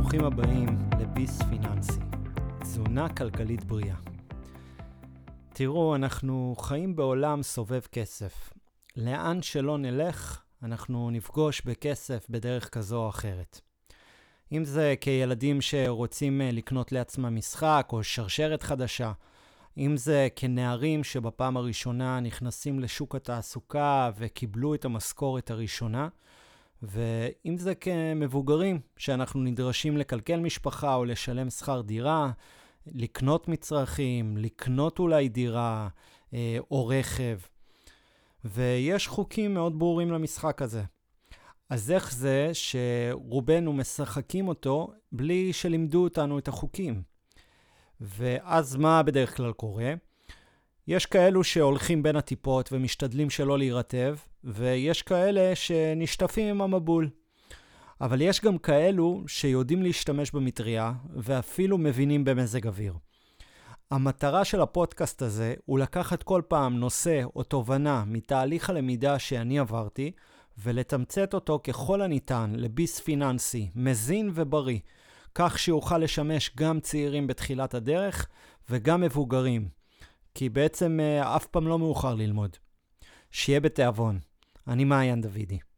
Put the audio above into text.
ברוכים הבאים לביס פיננסי, תזונה כלכלית בריאה. תראו, אנחנו חיים בעולם סובב כסף. לאן שלא נלך, אנחנו נפגוש בכסף בדרך כזו או אחרת. אם זה כילדים שרוצים לקנות לעצמם משחק או שרשרת חדשה, אם זה כנערים שבפעם הראשונה נכנסים לשוק התעסוקה וקיבלו את המשכורת הראשונה, ואם זה כמבוגרים שאנחנו נדרשים לקלקל משפחה או לשלם שכר דירה, לקנות מצרכים, לקנות אולי דירה או רכב. ויש חוקים מאוד ברורים למשחק הזה. אז איך זה שרובנו משחקים אותו בלי שלימדו אותנו את החוקים? ואז מה בדרך כלל קורה? יש כאלו שהולכים בין הטיפות ומשתדלים שלא להירטב, ויש כאלה שנשטפים עם המבול. אבל יש גם כאלו שיודעים להשתמש במטריה, ואפילו מבינים במזג אוויר. המטרה של הפודקאסט הזה הוא לקחת כל פעם נושא או תובנה מתהליך הלמידה שאני עברתי, ולתמצת אותו ככל הניתן לביס פיננסי, מזין ובריא, כך שיוכל לשמש גם צעירים בתחילת הדרך וגם מבוגרים. כי בעצם אף פעם לא מאוחר ללמוד. שיהיה בתיאבון. אני מעיין דוידי.